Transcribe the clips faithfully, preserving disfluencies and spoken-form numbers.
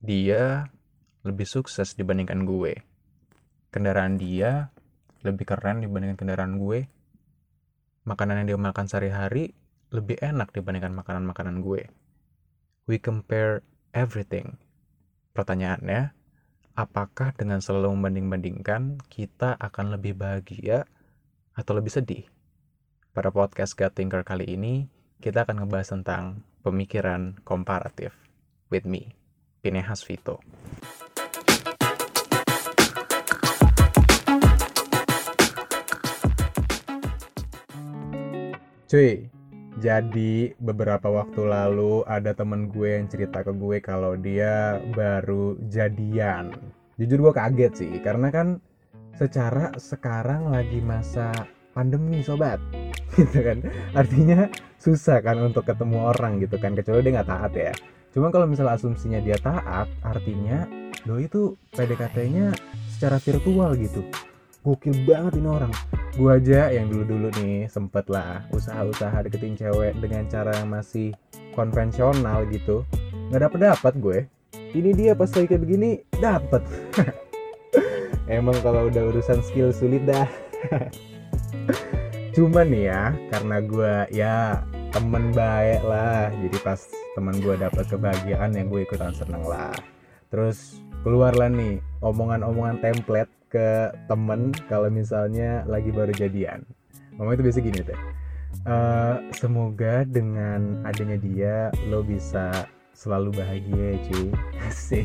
dia lebih sukses dibandingkan gue. Kendaraan dia lebih keren dibandingkan kendaraan gue. Makanan yang dia makan sehari-hari lebih enak dibandingkan makanan-makanan gue. We compare everything. Pertanyaannya, apakah dengan selalu membanding-bandingkan kita akan lebih bahagia atau lebih sedih? Pada podcast God Thinker kali ini, kita akan ngebahas tentang pemikiran komparatif. With me, Pinehas Vito. Cuy, jadi beberapa waktu lalu ada temen gue yang cerita ke gue kalau dia baru jadian. Jujur gue kaget sih, karena kan secara sekarang lagi masa pandemi sobat, gitu kan. Artinya susah kan untuk ketemu orang gitu kan, kecuali dia nggak taat ya. Cuma kalau misalnya asumsinya dia taat, artinya doi itu P D K T-nya secara virtual gitu. Gokil banget ini orang. Gue aja yang dulu-dulu nih sempet lah usaha-usaha deketin cewek dengan cara yang masih konvensional gitu, nggak dapet-dapet gue. Ini dia pas lagi kayak begini dapet. Emang kalau udah urusan skill sulit dah. Cuman nih ya, karena gue ya temen baik lah, jadi pas teman gue dapet kebahagiaan yang gue ikutan seneng lah. Terus keluar lah nih omongan-omongan template ke temen kalau misalnya lagi baru jadian. Ngomong itu biasa gini deh. Uh, semoga dengan adanya dia lo bisa selalu bahagia cuy. Asik.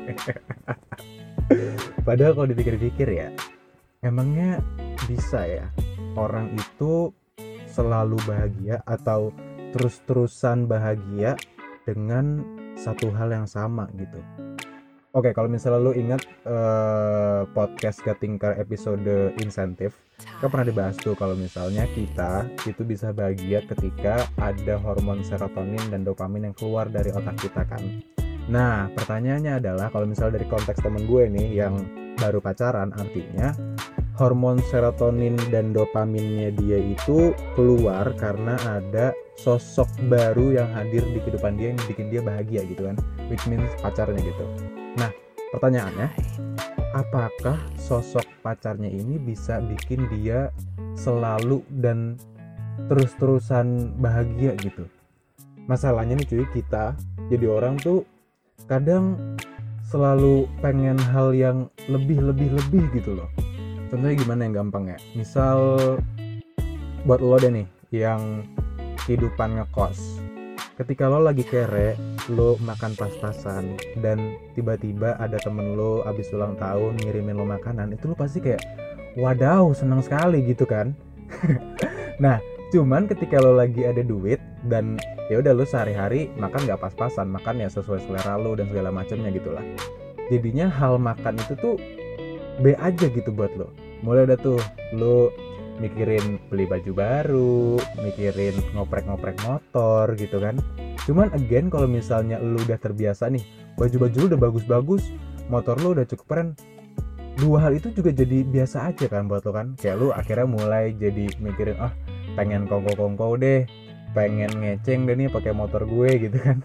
Padahal kalau dipikir-pikir ya, emangnya bisa ya orang itu selalu bahagia atau terus-terusan bahagia dengan satu hal yang sama gitu. Oke, kalau misalnya lu ingat uh, podcast God Thinker episode insentif, kan pernah dibahas tuh kalau misalnya kita itu bisa bahagia ketika ada hormon serotonin dan dopamin yang keluar dari otak kita kan. Nah, pertanyaannya adalah kalau misalnya dari konteks temen gue nih yang baru pacaran, artinya hormon serotonin dan dopaminnya dia itu keluar karena ada sosok baru yang hadir di kehidupan dia yang bikin dia bahagia gitu kan, which means pacarnya gitu. Nah, pertanyaannya, apakah sosok pacarnya ini bisa bikin dia selalu dan terus-terusan bahagia gitu? Masalahnya nih cuy, kita jadi orang tuh kadang selalu pengen hal yang lebih-lebih-lebih gitu loh. Contohnya gimana yang gampang ya? Misal buat lo deh nih yang kehidupan ngekos. Ketika lo lagi kere, lo makan pas-pasan dan tiba-tiba ada temen lo abis ulang tahun ngirimin lo makanan, itu lo pasti kayak wadaw seneng sekali gitu kan. Nah, cuman ketika lo lagi ada duit dan ya udah lo sehari-hari makan nggak pas-pasan, makan ya sesuai selera lo dan segala macamnya gitulah. Jadinya hal makan itu tuh B aja gitu buat lo. Mulai udah tuh lo mikirin beli baju baru, mikirin ngoprek-ngoprek motor gitu kan. Cuman again kalau misalnya lu udah terbiasa nih, baju-baju lu udah bagus-bagus, motor lu udah cukup keren, dua hal itu juga jadi biasa aja kan buat lo kan. Kayak lu akhirnya mulai jadi mikirin, ah pengen kongko-kongko deh, pengen ngeceng deh nih pakai motor gue gitu kan.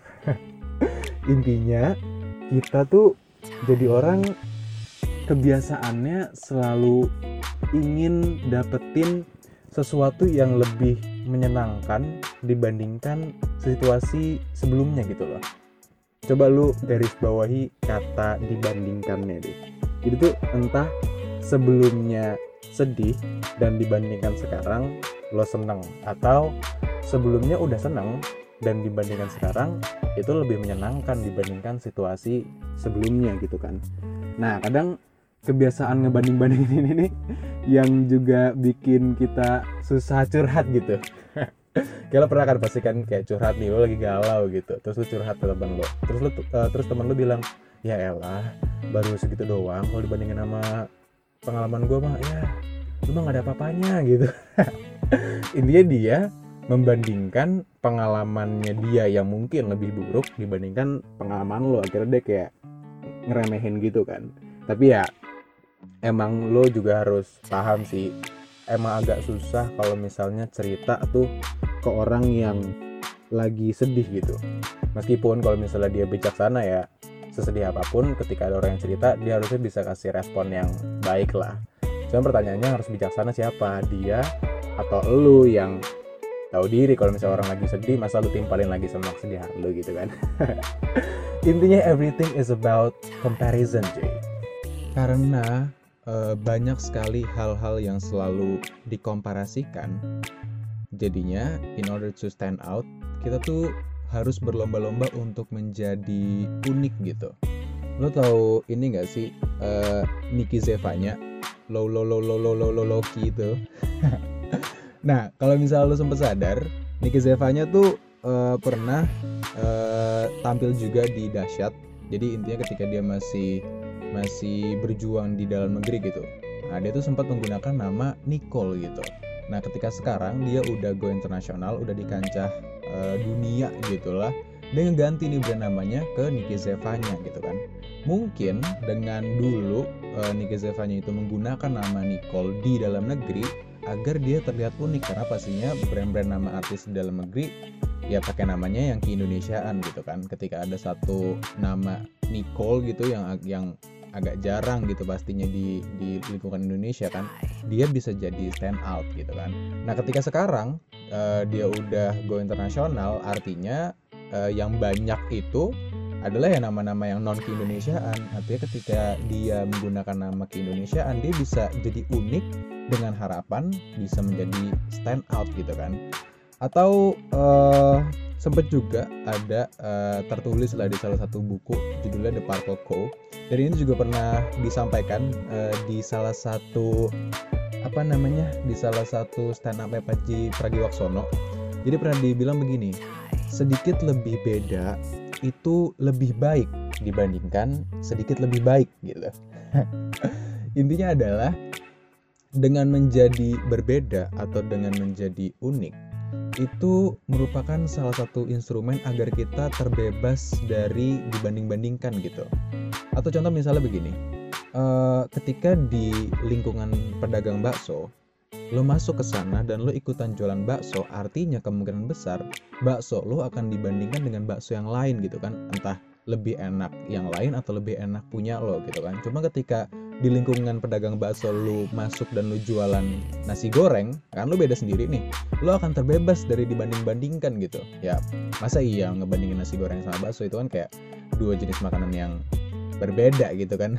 Intinya kita tuh jadi orang kebiasaannya selalu ingin dapetin sesuatu yang lebih menyenangkan dibandingkan situasi sebelumnya gitu loh. Coba lu garis bawahi kata dibandingkannya deh. Jadi tuh entah sebelumnya sedih dan dibandingkan sekarang lo seneng, atau sebelumnya udah seneng dan dibandingkan sekarang itu lebih menyenangkan dibandingkan situasi sebelumnya gitu kan. Nah, kadang kebiasaan ngebanding-bandingin ini nih yang juga bikin kita susah curhat gitu. Kayak lo pernah kan pasti kan kayak curhat nih, lo lagi galau gitu, terus lo curhat ke temen lo, terus lo uh, terus temen lo bilang, ya elah baru segitu doang kalau dibandingin sama pengalaman gue mah ya lu mah gak ada apa-apanya gitu. Intinya dia membandingkan pengalamannya dia yang mungkin lebih buruk dibandingkan pengalaman lo, akhirnya dia kayak ngeremehin gitu kan. Tapi ya emang lo juga harus paham sih, emang agak susah kalau misalnya cerita tuh ke orang yang lagi sedih gitu. Meskipun kalau misalnya dia bijaksana ya, sesedih apapun ketika ada orang yang cerita, dia harusnya bisa kasih respon yang baik lah. Cuma pertanyaannya harus bijaksana, siapa dia atau lu yang tahu diri kalau misalnya orang lagi sedih, masa lu timpalin lagi sama kesedihan lu gitu kan. Intinya everything is about comparison, cuy. Karena e, banyak sekali hal-hal yang selalu dikomparasikan. Jadinya in order to stand out, kita tuh harus berlomba-lomba untuk menjadi unik gitu. Lo tahu ini nggak sih e, Nikki Zevanya, low low low low low low low low gitu. Nah, kalau misalnya lo sempat sadar, Nikki Zevanya tuh uh, pernah uh, tampil juga di Dahsyat. Jadi intinya ketika dia masih masih berjuang di dalam negeri gitu. Nah, dia tuh sempat menggunakan nama Nicole gitu. Nah, ketika sekarang dia udah go internasional, udah di kancah uh, dunia gitulah, dia ngeganti nih brand namanya ke Nikki Zevanya gitu kan. Mungkin dengan dulu uh, Nikki Zevanya itu menggunakan nama Nicole di dalam negeri agar dia terlihat unik, karena pastinya brand-brand nama artis di dalam negeri ya pakai namanya yang keindonesiaan gitu kan. Ketika ada satu nama Nicole gitu yang yang agak jarang gitu pastinya di di lingkungan Indonesia kan, dia bisa jadi stand out gitu kan. Nah, ketika sekarang uh, dia udah go internasional, artinya uh, yang banyak itu adalah ya nama-nama yang non keindonesiaan. Artinya ketika dia menggunakan nama keindonesiaan, dia bisa jadi unik dengan harapan bisa menjadi stand out gitu kan. Atau uh, sempat juga ada uh, tertulis lah di salah satu buku judulnya The Purple Cow. Dan ini juga pernah disampaikan uh, di salah satu apa namanya di salah satu stand up Panji Pragiwaksono. Jadi pernah dibilang begini, sedikit lebih beda itu lebih baik dibandingkan sedikit lebih baik gitu. Intinya adalah dengan menjadi berbeda atau dengan menjadi unik itu merupakan salah satu instrumen agar kita terbebas dari dibanding-bandingkan gitu. Atau contoh misalnya begini, uh, ketika di lingkungan pedagang bakso, lo masuk ke sana dan lo ikutan jualan bakso, artinya kemungkinan besar bakso lo akan dibandingkan dengan bakso yang lain gitu kan. Entah lebih enak yang lain atau lebih enak punya lo gitu kan. Cuma ketika di lingkungan pedagang bakso lu masuk dan lu jualan nasi goreng, kan lu beda sendiri nih. Lu akan terbebas dari dibanding-bandingkan gitu. Ya, masa iya ngebandingin nasi goreng sama bakso, itu kan kayak dua jenis makanan yang berbeda gitu kan.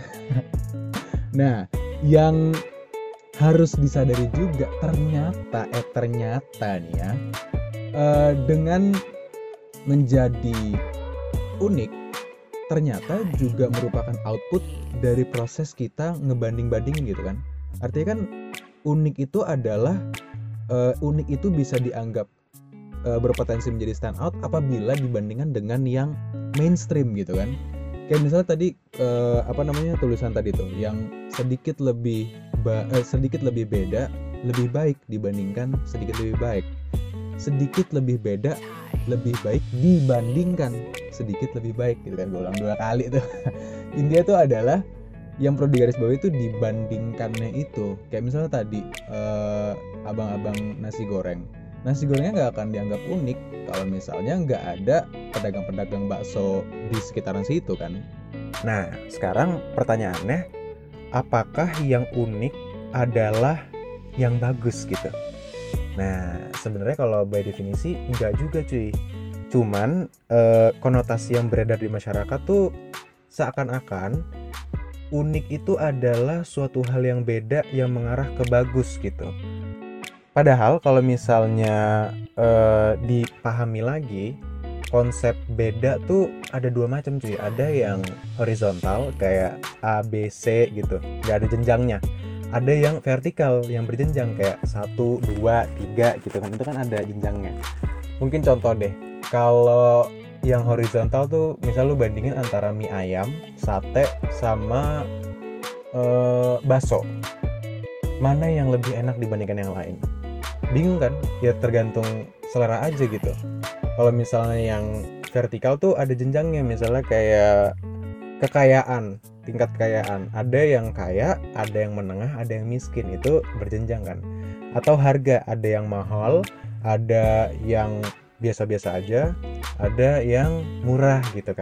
Nah, yang harus disadari juga ternyata eh ternyata nih ya, uh, dengan menjadi unik ternyata juga merupakan output dari proses kita ngebanding-bandingin gitu kan. Artinya kan unik itu adalah uh, unik itu bisa dianggap uh, berpotensi menjadi stand out apabila dibandingkan dengan yang mainstream gitu kan. Kayak misalnya tadi uh, apa namanya tulisan tadi tuh yang sedikit lebih ba- uh, sedikit lebih beda lebih baik dibandingkan sedikit lebih baik. Sedikit lebih beda lebih baik dibandingkan sedikit lebih baik gitu kan. Gue ulang dua kali tuh. Intinya tuh adalah yang perlu digarisbawahi itu dibandingkannya itu. Kayak misalnya tadi uh, abang-abang nasi goreng, nasi gorengnya nggak akan dianggap unik kalau misalnya nggak ada pedagang-pedagang bakso di sekitaran situ kan. Nah, sekarang pertanyaannya, apakah yang unik adalah yang bagus gitu? Nah, sebenarnya kalau by definisi enggak juga cuy. Cuman eh, konotasi yang beredar di masyarakat tuh seakan-akan unik itu adalah suatu hal yang beda yang mengarah ke bagus gitu. Padahal kalau misalnya eh, dipahami lagi, konsep beda tuh ada dua macam cuy. Ada yang horizontal kayak A, B, C gitu, nggak ada jenjangnya. Ada yang vertikal, yang berjenjang kayak satu, dua, tiga gitu kan. Itu kan ada jenjangnya. Mungkin contoh deh, kalau yang horizontal tuh misal lu bandingin antara mie ayam, sate, sama ee, bakso. Mana yang lebih enak dibandingkan yang lain? Bingung kan? Ya tergantung selera aja gitu. Kalau misalnya yang vertikal tuh ada jenjangnya, misalnya kayak kekayaan, tingkat kekayaan. Ada yang kaya, ada yang menengah, ada yang miskin. Itu berjenjang kan. Atau harga, ada yang mahal, ada yang biasa-biasa aja, ada yang murah gitu kan.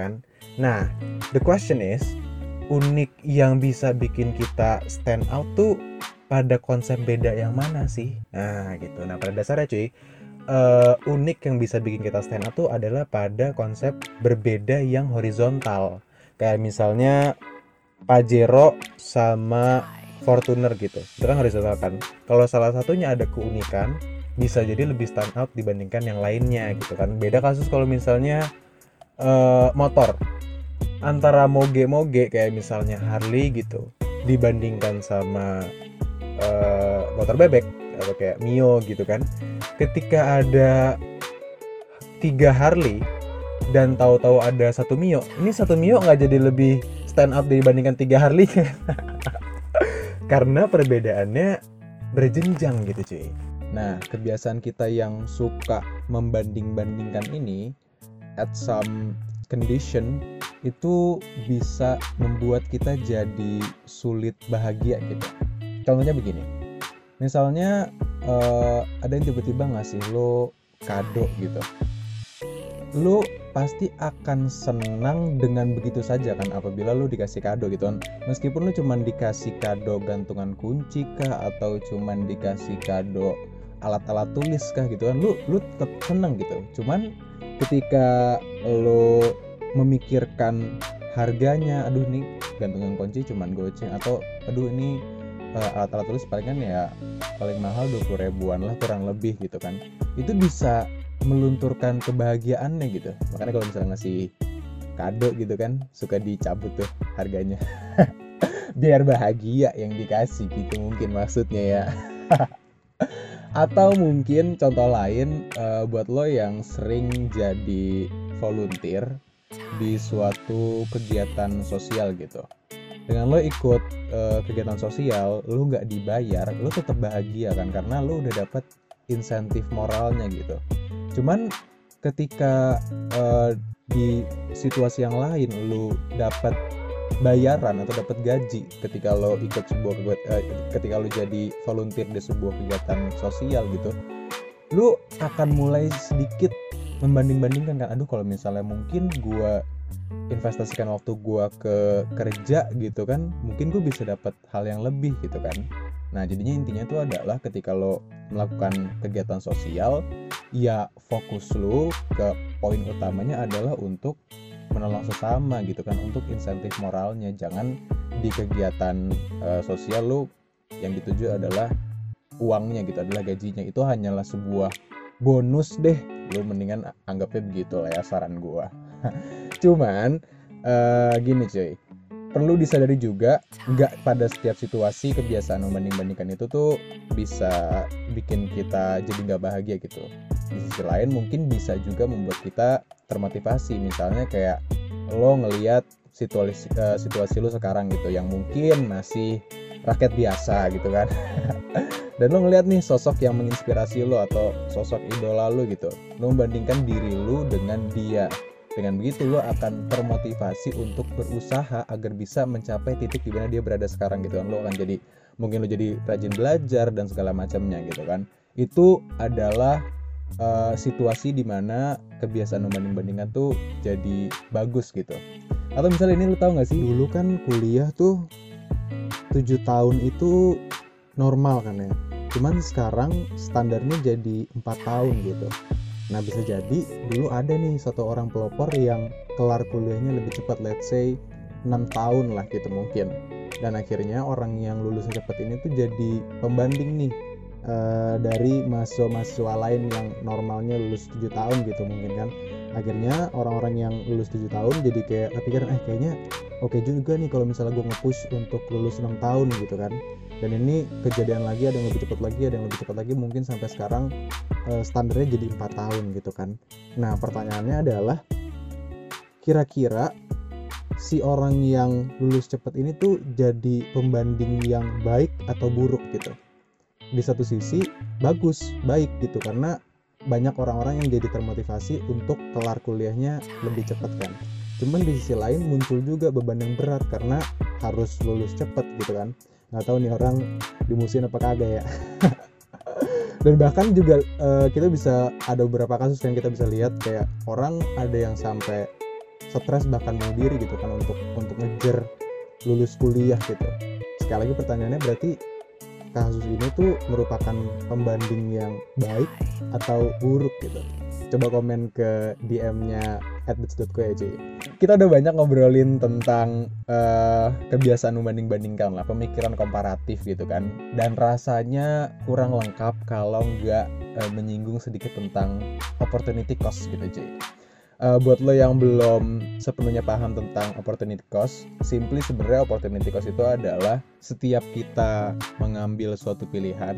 Nah, the question is, unik yang bisa bikin kita stand out tuh pada konsep beda yang mana sih? Nah, gitu. Nah, pada dasarnya cuy, uh, unik yang bisa bikin kita stand out tuh adalah pada konsep berbeda yang horizontal. Kayak misalnya Pajero sama Fortuner gitu. Itu kan horizontal kan. Kalau salah satunya ada keunikan, bisa jadi lebih stand out dibandingkan yang lainnya gitu kan. Beda kasus kalau misalnya uh, motor. Antara moge-moge kayak misalnya Harley gitu dibandingkan sama uh, motor bebek atau kayak Mio gitu kan. Ketika ada tiga Harley dan tahu-tahu ada satu Mio, ini satu Mio nggak jadi lebih stand out dibandingkan tiga Harley karena perbedaannya berjenjang gitu cuy. Nah, kebiasaan kita yang suka membanding-bandingkan ini at some condition itu bisa membuat kita jadi sulit bahagia gitu. Contohnya begini, misalnya uh, ada yang tiba-tiba ngasih lo kado gitu, lo pasti akan senang dengan begitu saja kan apabila lo dikasih kado gitu kan. Meskipun lo cuman dikasih kado gantungan kunci kah atau cuman dikasih kado alat-alat tulis kah gitu kan, lo lo tetap senang gitu. Cuman ketika lo memikirkan harganya, aduh ini gantungan kunci cuman goceng, atau aduh ini uh, alat-alat tulis paling kan ya paling mahal dua puluh ribuan lah kurang lebih gitu kan, itu bisa melunturkan kebahagiaannya gitu. Makanya kalau misalnya ngasih kado gitu kan suka dicabut tuh harganya biar bahagia yang dikasih gitu mungkin maksudnya ya. Atau mungkin contoh lain uh, buat lo yang sering jadi volunteer di suatu kegiatan sosial gitu. Dengan lo ikut uh, kegiatan sosial, lo nggak dibayar, lo tetap bahagia kan karena lo udah dapet insentif moralnya gitu. Cuman ketika uh, di situasi yang lain lo dapat bayaran atau dapat gaji ketika lo ikut sebuah uh, ketika lo jadi volunteer di sebuah kegiatan sosial gitu, lo akan mulai sedikit membanding-bandingkan kan, aduh kalau misalnya mungkin gue investasikan waktu gue ke kerja gitu kan, mungkin gue bisa dapat hal yang lebih gitu kan. Nah jadinya intinya itu adalah ketika lo melakukan kegiatan sosial, ya fokus lo ke poin utamanya adalah untuk menolong sesama gitu kan, untuk insentif moralnya. Jangan di kegiatan uh, sosial lo yang dituju adalah uangnya gitu, adalah gajinya, itu hanyalah sebuah bonus deh. Lo mendingan anggapnya begitu lah ya saran gue. Cuman uh, gini cuy, perlu disadari juga nggak pada setiap situasi kebiasaan membanding-bandingkan itu tuh bisa bikin kita jadi nggak bahagia gitu. Di sisi lain mungkin bisa juga membuat kita termotivasi. Misalnya kayak lo ngelihat situasi uh, situasi lo sekarang gitu yang mungkin masih rakyat biasa gitu kan. Dan lo ngeliat nih sosok yang menginspirasi lo atau sosok idola lo gitu, lo membandingkan diri lo dengan dia. Dengan begitu lo akan termotivasi untuk berusaha agar bisa mencapai titik di mana dia berada sekarang gitu kan. Lo akan jadi, mungkin lo jadi rajin belajar dan segala macamnya gitu kan. Itu adalah uh, situasi di mana kebiasaan membanding-bandingkan tuh jadi bagus gitu. Atau misalnya ini lo tau gak sih, dulu kan kuliah tuh tujuh tahun itu normal kan ya, cuman sekarang standarnya jadi empat tahun gitu. Nah bisa jadi dulu ada nih satu orang pelopor yang kelar kuliahnya lebih cepat, let's say enam tahun lah gitu mungkin, dan akhirnya orang yang lulus cepat ini tuh jadi pembanding nih uh, dari mahasiswa-mahasiswa lain yang normalnya lulus tujuh tahun gitu mungkin kan. Akhirnya orang-orang yang lulus tujuh tahun jadi kayak kepikiran, eh kayaknya oke juga nih kalau misalnya gue nge-push untuk lulus enam tahun gitu kan. Dan ini kejadian lagi, ada yang lebih cepat lagi, ada yang lebih cepat lagi, mungkin sampai sekarang uh, standarnya jadi empat tahun gitu kan. Nah pertanyaannya adalah, kira-kira si orang yang lulus cepat ini tuh jadi pembanding yang baik atau buruk gitu? Di satu sisi bagus, baik gitu, karena banyak orang-orang yang jadi termotivasi untuk kelar kuliahnya lebih cepat kan. Cuman di sisi lain muncul juga beban yang berat karena harus lulus cepat gitu kan. Nggak tahu nih orang dimusuhin apa kagak ya. Dan bahkan juga uh, kita bisa ada beberapa kasus yang kita bisa lihat kayak orang ada yang sampai stres bahkan bunuh diri gitu kan untuk untuk ngejar lulus kuliah gitu. Sekali lagi pertanyaannya, berarti kasus ini tuh merupakan pembanding yang baik atau buruk gitu? Coba komen ke D M-nya at bits dot co ya cuy. Kita udah banyak ngobrolin tentang uh, kebiasaan membanding-bandingkan lah, pemikiran komparatif gitu kan. Dan rasanya kurang lengkap kalau nggak uh, menyinggung sedikit tentang opportunity cost gitu cuy. Uh, buat lo yang belum sepenuhnya paham tentang opportunity cost, simply sebenarnya opportunity cost itu adalah setiap kita mengambil suatu pilihan,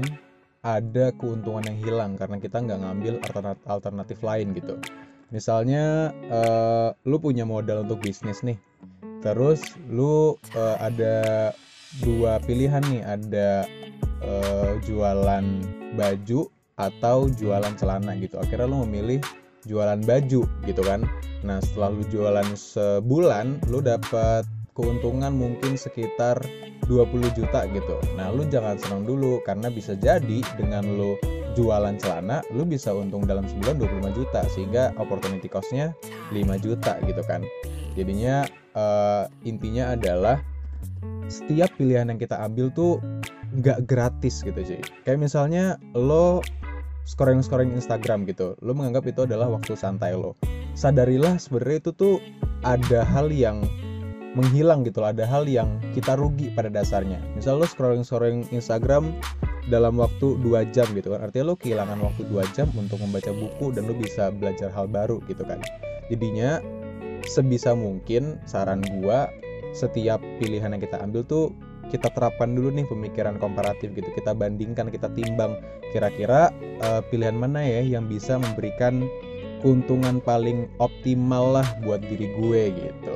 ada keuntungan yang hilang karena kita nggak ngambil alternatif, alternatif lain gitu. Misalnya uh, lu punya modal untuk bisnis nih, terus lu uh, ada dua pilihan nih, ada uh, jualan baju atau jualan celana gitu. Akhirnya lu memilih jualan baju gitu kan. Nah setelah lu jualan sebulan, lu dapat keuntungan mungkin sekitar dua puluh juta gitu. Nah lu jangan senang dulu, karena bisa jadi dengan lu jualan celana, lu bisa untung dalam sebulan dua puluh lima juta, sehingga opportunity cost-nya lima juta gitu kan. Jadinya uh, intinya adalah setiap pilihan yang kita ambil tuh gak gratis gitu cuy. Kayak misalnya lo scoring-scoring Instagram gitu, lo menganggap itu adalah waktu santai lo. Sadarilah sebenarnya itu tuh ada hal yang menghilang gitu loh, ada hal yang kita rugi pada dasarnya. Misal lo scrolling-scrolling Instagram dalam waktu dua jam gitu kan, artinya lo kehilangan waktu dua jam untuk membaca buku dan lo bisa belajar hal baru gitu kan. Jadinya sebisa mungkin saran gua, setiap pilihan yang kita ambil tuh kita terapkan dulu nih pemikiran komparatif gitu. Kita bandingkan, kita timbang kira-kira uh, pilihan mana ya yang bisa memberikan keuntungan paling optimal lah buat diri gue gitu.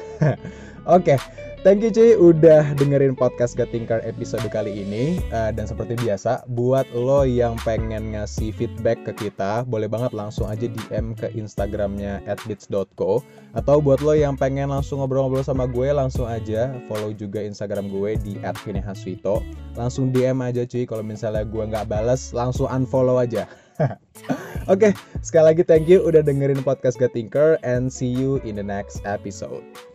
Oke, okay. Thank you cuy udah dengerin podcast Gatingkar episode kali ini. uh, Dan seperti biasa, buat lo yang pengen ngasih feedback ke kita, boleh banget langsung aja D M ke Instagramnya at bits dot co. Atau buat lo yang pengen langsung ngobrol-ngobrol sama gue, langsung aja follow juga Instagram gue di at vinehaswito. Langsung D M aja cuy, kalau misalnya gue gak bales, langsung unfollow aja. Oke, okay, sekali lagi thank you udah dengerin podcast Gatingkar, and see you in the next episode.